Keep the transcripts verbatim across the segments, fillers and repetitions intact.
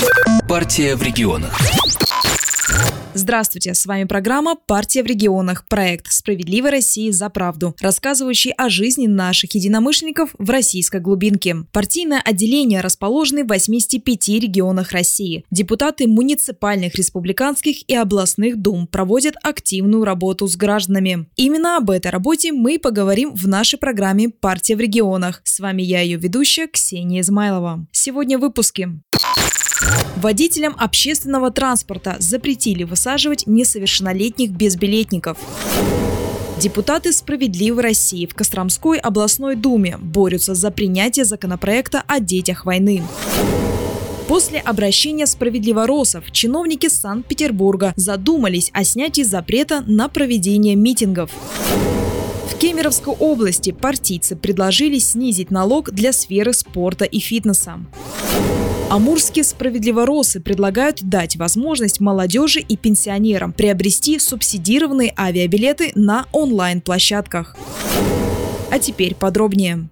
Партия в регионах. Здравствуйте, с вами программа «Партия в регионах», проект «Справедливой России за правду», рассказывающий о жизни наших единомышленников в российской глубинке. Партийное отделение расположено в восьмидесяти пяти регионах России. Депутаты муниципальных, республиканских и областных дум проводят активную работу с гражданами. Именно об этой работе мы поговорим в нашей программе «Партия в регионах». С вами я, ее ведущая, Ксения Измайлова. Сегодня в выпуске. Водителям общественного транспорта запретили высаживать несовершеннолетних безбилетников. Депутаты «Справедливой России» в Костромской областной думе борются за принятие законопроекта о детях войны. После обращения справедливоросов чиновники Санкт-Петербурга задумались о снятии запрета на проведение митингов. В Кемеровской области партийцы предложили снизить налог для сферы спорта и фитнеса. Амурские справедливоросы предлагают дать возможность молодежи и пенсионерам приобрести субсидированные авиабилеты на онлайн-площадках. А теперь подробнее.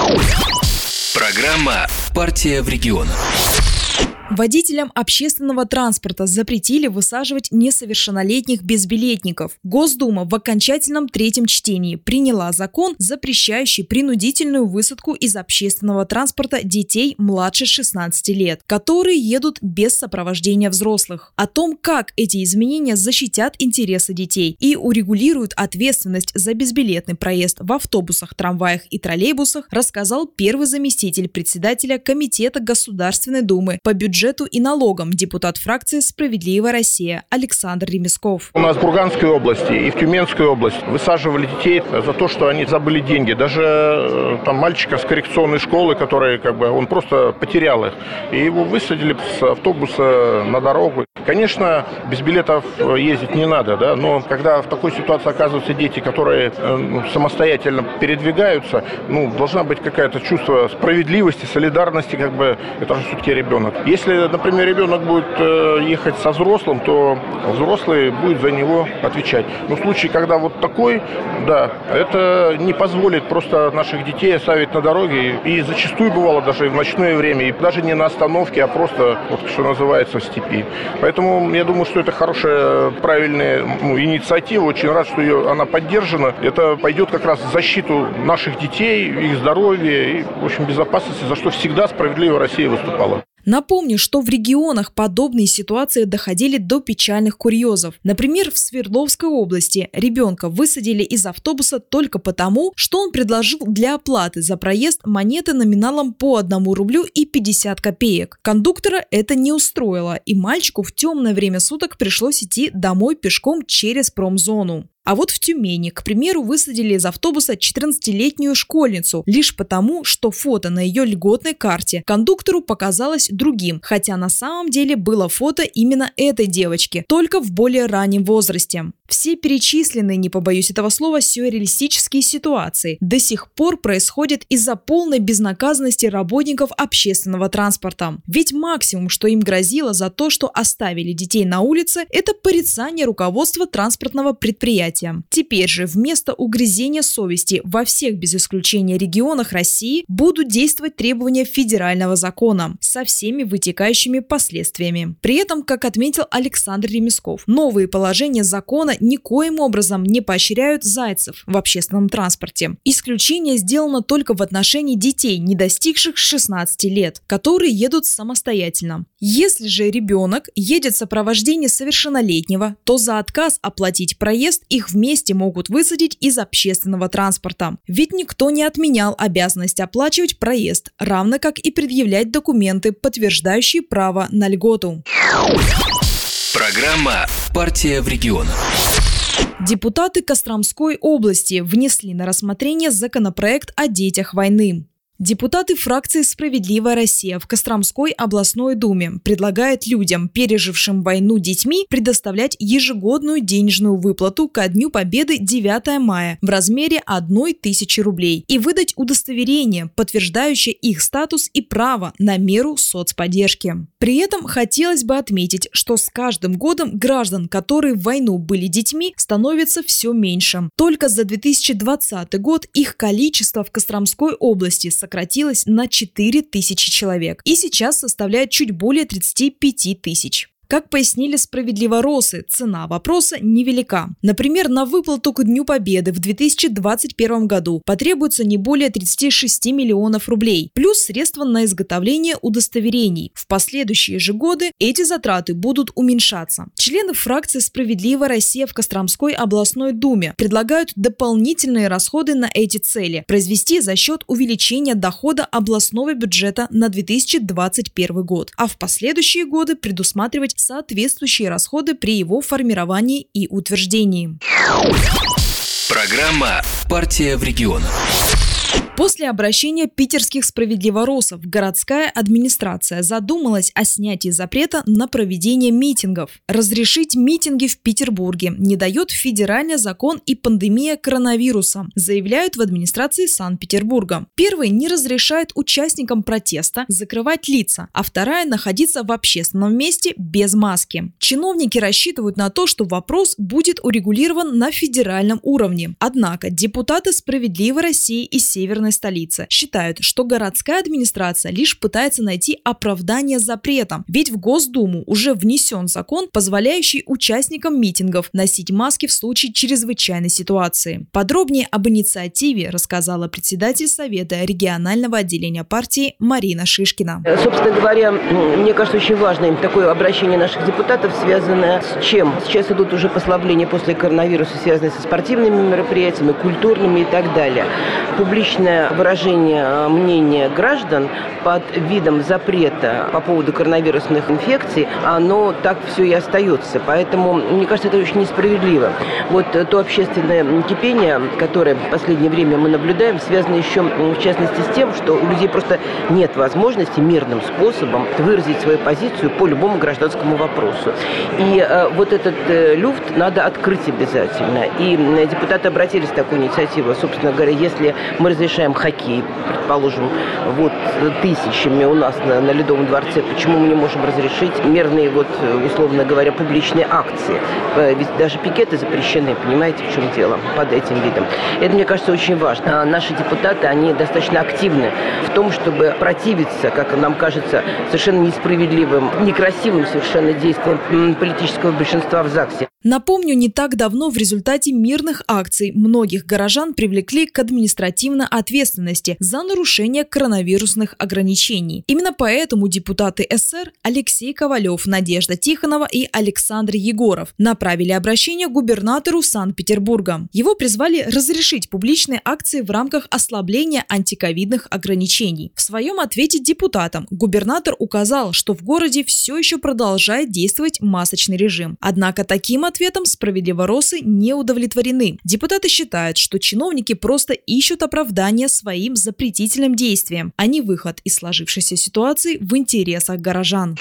Программа «Партия в регионах». Водителям общественного транспорта запретили высаживать несовершеннолетних безбилетников. Госдума в окончательном третьем чтении приняла закон, запрещающий принудительную высадку из общественного транспорта детей младше шестнадцати лет, которые едут без сопровождения взрослых. О том, как эти изменения защитят интересы детей и урегулируют ответственность за безбилетный проезд в автобусах, трамваях и троллейбусах, рассказал первый заместитель председателя Комитета Государственной Думы по бюджету бюджету и налогам депутат фракции «Справедливая Россия» Александр Ремесков. У нас в Курганской области и в Тюменской области высаживали детей за то, что они забыли деньги. Даже там мальчика с коррекционной школы, который как бы он просто потерял их, и его высадили с автобуса на дорогу. Конечно, без билетов ездить не надо, да, но когда в такой ситуации оказываются дети, которые ну, самостоятельно передвигаются, ну, должна быть какое-то чувство справедливости, солидарности, как бы это же все-таки ребенок. Если Если, например, ребенок будет ехать со взрослым, то взрослый будет за него отвечать. Но в случае, когда вот такой, да, это не позволит просто наших детей оставить на дороге. И зачастую бывало даже и в ночное время, и даже не на остановке, а просто, вот, что называется, в степи. Поэтому я думаю, что это хорошая, правильная ну, инициатива. Очень рад, что ее, она поддержана. Это пойдет как раз в защиту наших детей, их здоровья и, в общем, безопасности, за что всегда «Справедливая Россия» выступала. Напомню, что в регионах подобные ситуации доходили до печальных курьезов. Например, в Свердловской области ребенка высадили из автобуса только потому, что он предложил для оплаты за проезд монеты номиналом по одному рублю и пятьдесят копеек. Кондуктора это не устроило, и мальчику в темное время суток пришлось идти домой пешком через промзону. А вот в Тюмени, к примеру, высадили из автобуса четырнадцатилетнюю школьницу лишь потому, что фото на ее льготной карте кондуктору показалось другим, хотя на самом деле было фото именно этой девочки, только в более раннем возрасте. Все перечисленные, не побоюсь этого слова, сюрреалистические ситуации до сих пор происходят из-за полной безнаказанности работников общественного транспорта. Ведь максимум, что им грозило за то, что оставили детей на улице, это порицание руководства транспортного предприятия. Теперь же вместо угрызения совести во всех без исключения регионах России будут действовать требования федерального закона со всеми вытекающими последствиями. При этом, как отметил Александр Ремесков, новые положения закона никоим образом не поощряют зайцев в общественном транспорте. Исключение сделано только в отношении детей, не достигших шестнадцати лет, которые едут самостоятельно. Если же ребенок едет в сопровождении совершеннолетнего, то за отказ оплатить проезд их вместе могут высадить из общественного транспорта. Ведь никто не отменял обязанность оплачивать проезд, равно как и предъявлять документы, подтверждающие право на льготу. Программа «Партия в регионах». Депутаты Костромской области внесли на рассмотрение законопроект о детях войны. Депутаты фракции «Справедливая Россия» в Костромской областной думе предлагают людям, пережившим войну детьми, предоставлять ежегодную денежную выплату ко Дню Победы девятого мая в размере одной тысячи рублей и выдать удостоверение, подтверждающее их статус и право на меру соцподдержки. При этом хотелось бы отметить, что с каждым годом граждан, которые в войну были детьми, становится все меньше. Только за две тысячи двадцатый год их количество в Костромской области сократилось сократилась на четыре тысячи человек и сейчас составляет чуть более тридцати пяти тысяч. Как пояснили справедливоросы, цена вопроса невелика. Например, на выплату к Дню Победы в две тысячи двадцать первом году потребуется не более тридцати шести миллионов рублей, плюс средства на изготовление удостоверений. В последующие же годы эти затраты будут уменьшаться. Члены фракции «Справедливая Россия» в Костромской областной думе предлагают дополнительные расходы на эти цели произвести за счет увеличения дохода областного бюджета на две тысячи двадцать первый год, а в последующие годы предусматривать соответствующие расходы при его формировании и утверждении. Программа «Партия в регионах». После обращения питерских справедливоросов городская администрация задумалась о снятии запрета на проведение митингов. Разрешить митинги в Петербурге не дает федеральный закон и пандемия коронавируса, заявляют в администрации Санкт-Петербурга. Первый не разрешает участникам протеста закрывать лица, а вторая – находиться в общественном месте без маски. Чиновники рассчитывают на то, что вопрос будет урегулирован на федеральном уровне. Однако депутаты «Справедливой России» из Северной столицы считают, что городская администрация лишь пытается найти оправдание запретом, ведь в Госдуму уже внесен закон, позволяющий участникам митингов носить маски в случае чрезвычайной ситуации. Подробнее об инициативе рассказала председатель Совета регионального отделения партии Марина Шишкина. Собственно говоря, мне кажется, очень важным такое обращение наших депутатов, связанное с чем? Сейчас идут уже послабления после коронавируса, связанные со спортивными мероприятиями, культурными и так далее. Публичное выражение мнения граждан под видом запрета по поводу коронавирусных инфекций, оно так все и остается. Поэтому, мне кажется, это очень несправедливо. Вот то общественное кипение, которое в последнее время мы наблюдаем, связано еще, в частности, с тем, что у людей просто нет возможности мирным способом выразить свою позицию по любому гражданскому вопросу. И э, вот этот э, люфт надо открыть обязательно. И э, депутаты обратились в такую инициативу. Собственно говоря, если мы разрешаем хоккей, предположим, вот тысячами у нас на, на Ледовом дворце, почему мы не можем разрешить мирные, вот, условно говоря, публичные акции? Ведь даже пикеты запрещены, понимаете, в чем дело, под этим видом. Это, мне кажется, очень важно. А наши депутаты, они достаточно активны в том, чтобы противиться, как нам кажется, совершенно несправедливым, некрасивым совершенно действиям политического большинства в ЗАГСе. Напомню, не так давно в результате мирных акций многих горожан привлекли к административной ответственности за нарушение коронавирусных ограничений. Именно поэтому депутаты СР Алексей Ковалев, Надежда Тихонова и Александр Егоров направили обращение к губернатору Санкт-Петербурга. Его призвали разрешить публичные акции в рамках ослабления антиковидных ограничений. В своем ответе депутатам губернатор указал, что в городе все еще продолжает действовать масочный режим. Однако таким ответом справедливоросы не удовлетворены. Депутаты считают, что чиновники просто ищут оправдание своим запретительным действиям, а не выход из сложившейся ситуации в интересах горожан.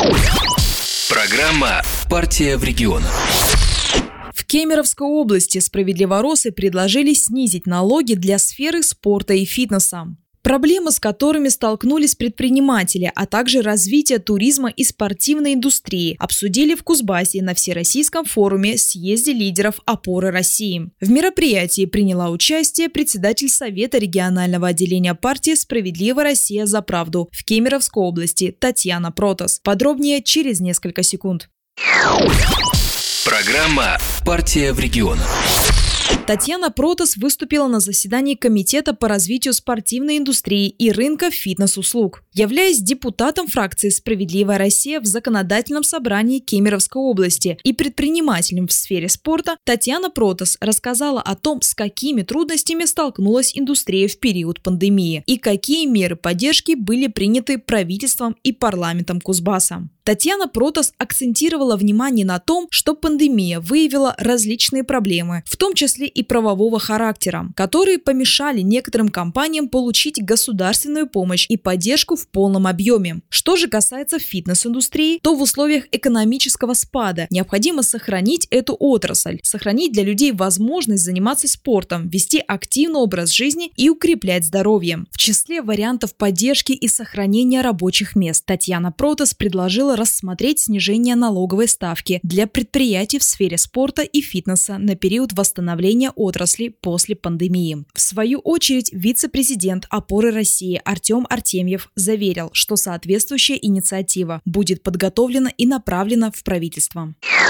Программа «Партия в регионах». В Кемеровской области справедливоросы предложили снизить налоги для сферы спорта и фитнеса. Проблемы, с которыми столкнулись предприниматели, а также развитие туризма и спортивной индустрии, обсудили в Кузбассе на Всероссийском форуме «Съезде лидеров опоры России». В мероприятии приняла участие председатель Совета регионального отделения партии «Справедливая Россия за правду» в Кемеровской области Татьяна Протас. Подробнее через несколько секунд. Программа «Партия в регионах». Татьяна Протас выступила на заседании Комитета по развитию спортивной индустрии и рынка фитнес-услуг. Являясь депутатом фракции «Справедливая Россия» в законодательном собрании Кемеровской области и предпринимателем в сфере спорта, Татьяна Протас рассказала о том, с какими трудностями столкнулась индустрия в период пандемии и какие меры поддержки были приняты правительством и парламентом Кузбасса. Татьяна Протас акцентировала внимание на том, что пандемия выявила различные проблемы, в том числе и правового характера, которые помешали некоторым компаниям получить государственную помощь и поддержку в полном объеме. Что же касается фитнес-индустрии, то в условиях экономического спада необходимо сохранить эту отрасль, сохранить для людей возможность заниматься спортом, вести активный образ жизни и укреплять здоровье. В числе вариантов поддержки и сохранения рабочих мест Татьяна Протас предложила рассмотреть снижение налоговой ставки для предприятий в сфере спорта и фитнеса на период восстановления восстановления отрасли после пандемии. В свою очередь, вице-президент «Опоры России» Артем Артемьев заверил, что соответствующая инициатива будет подготовлена и направлена в правительство.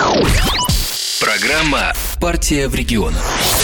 Программа «Партия в регионах».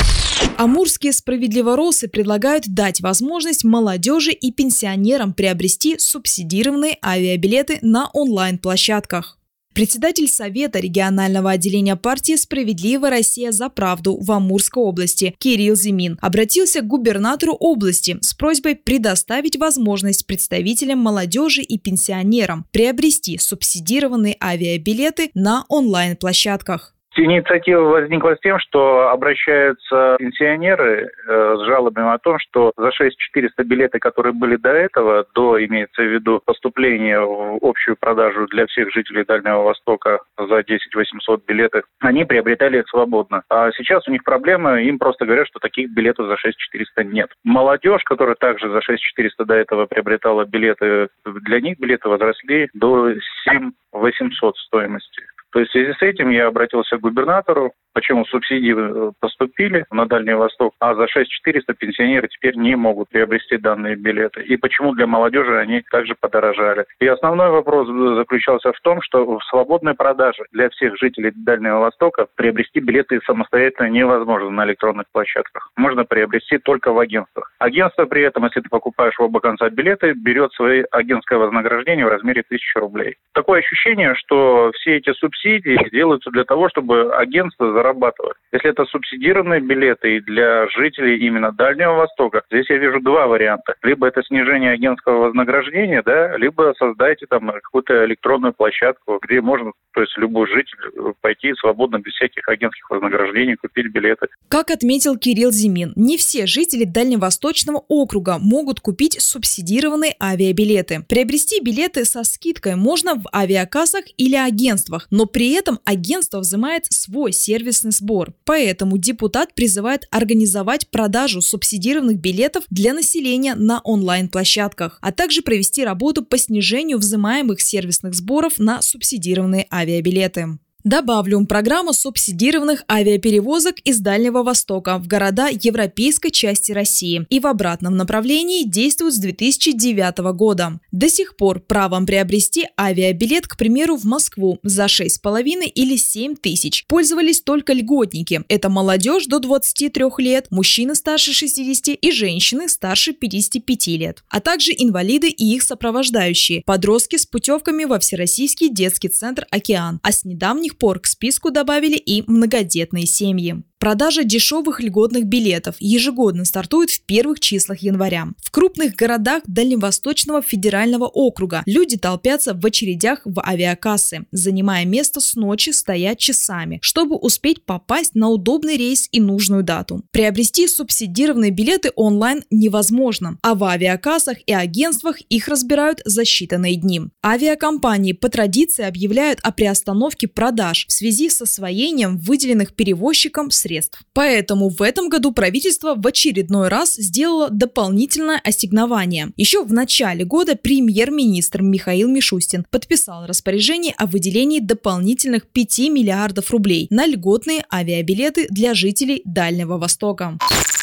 Амурские справедливоросы предлагают дать возможность молодежи и пенсионерам приобрести субсидированные авиабилеты на онлайн-площадках. Председатель Совета регионального отделения партии «Справедливая Россия за правду» в Амурской области Кирилл Зимин обратился к губернатору области с просьбой предоставить возможность представителям молодежи и пенсионерам приобрести субсидированные авиабилеты на онлайн-площадках. Инициатива возникла с тем, что обращаются пенсионеры э, с жалобами о том, что за шесть тысяч четыреста билеты, которые были до этого, до, имеется в виду, поступления в общую продажу для всех жителей Дальнего Востока за десять тысяч восемьсот билетов, они приобретали их свободно. А сейчас у них проблема, им просто говорят, что таких билетов за шесть тысяч четыреста нет. Молодежь, которая также за шесть тысяч четыреста до этого приобретала билеты, для них билеты возросли до семь тысяч восемьсот стоимости. То есть в связи с этим я обратился к губернатору, почему субсидии поступили на Дальний Восток, а за шесть тысяч четыреста пенсионеры теперь не могут приобрести данные билеты. И почему для молодежи они также подорожали. И основной вопрос заключался в том, что в свободной продаже для всех жителей Дальнего Востока приобрести билеты самостоятельно невозможно на электронных площадках. Можно приобрести только в агентствах. Агентство при этом, если ты покупаешь в оба конца билеты, берет свое агентское вознаграждение в размере тысячи рублей. Такое ощущение, что все эти субсидии делаются для того, чтобы агентство зарабатывало. Если это субсидированные билеты и для жителей именно Дальнего Востока, здесь я вижу два варианта. Либо это снижение агентского вознаграждения, да, либо создайте там какую-то электронную площадку, где можно, то есть любой житель пойти свободно, без всяких агентских вознаграждений, купить билеты. Как отметил Кирилл Зимин, не все жители Дальневосточного округа могут купить субсидированные авиабилеты. Приобрести билеты со скидкой можно в авиакассах или агентствах, но при этом агентство взимает свой сервисный сбор. Поэтому депутат призывает организовать продажу субсидированных билетов для населения на онлайн-площадках, а также провести работу по снижению взимаемых сервисных сборов на субсидированные авиабилеты. Добавлю, программа субсидированных авиаперевозок из Дальнего Востока в города европейской части России и в обратном направлении действует с две тысячи девятого года. До сих пор правом приобрести авиабилет, к примеру, в Москву за шесть с половиной или семь тысяч пользовались только льготники. Это молодежь до двадцати трёх лет, мужчины старше шестидесяти и женщины старше пятидесяти пяти лет, а также инвалиды и их сопровождающие, подростки с путевками во Всероссийский детский центр «Океан», а с недавних пор к списку добавили и многодетные семьи. Продажа дешевых льготных билетов ежегодно стартует в первых числах января. В крупных городах Дальневосточного федерального округа люди толпятся в очередях в авиакассы, занимая место с ночи, стоя часами, чтобы успеть попасть на удобный рейс и нужную дату. Приобрести субсидированные билеты онлайн невозможно, а в авиакассах и агентствах их разбирают за считанные дни. Авиакомпании по традиции объявляют о приостановке продаж в связи с освоением выделенных перевозчикам средств. Поэтому в этом году правительство в очередной раз сделало дополнительное ассигнование. Еще в начале года премьер-министр Михаил Мишустин подписал распоряжение о выделении дополнительных пяти миллиардов рублей на льготные авиабилеты для жителей Дальнего Востока.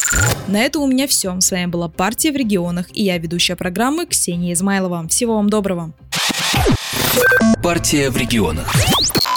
На этом у меня все. С вами была «Партия в регионах» и я, ведущая программы, Ксения Измайлова. Всего вам доброго. «Партия в регионах».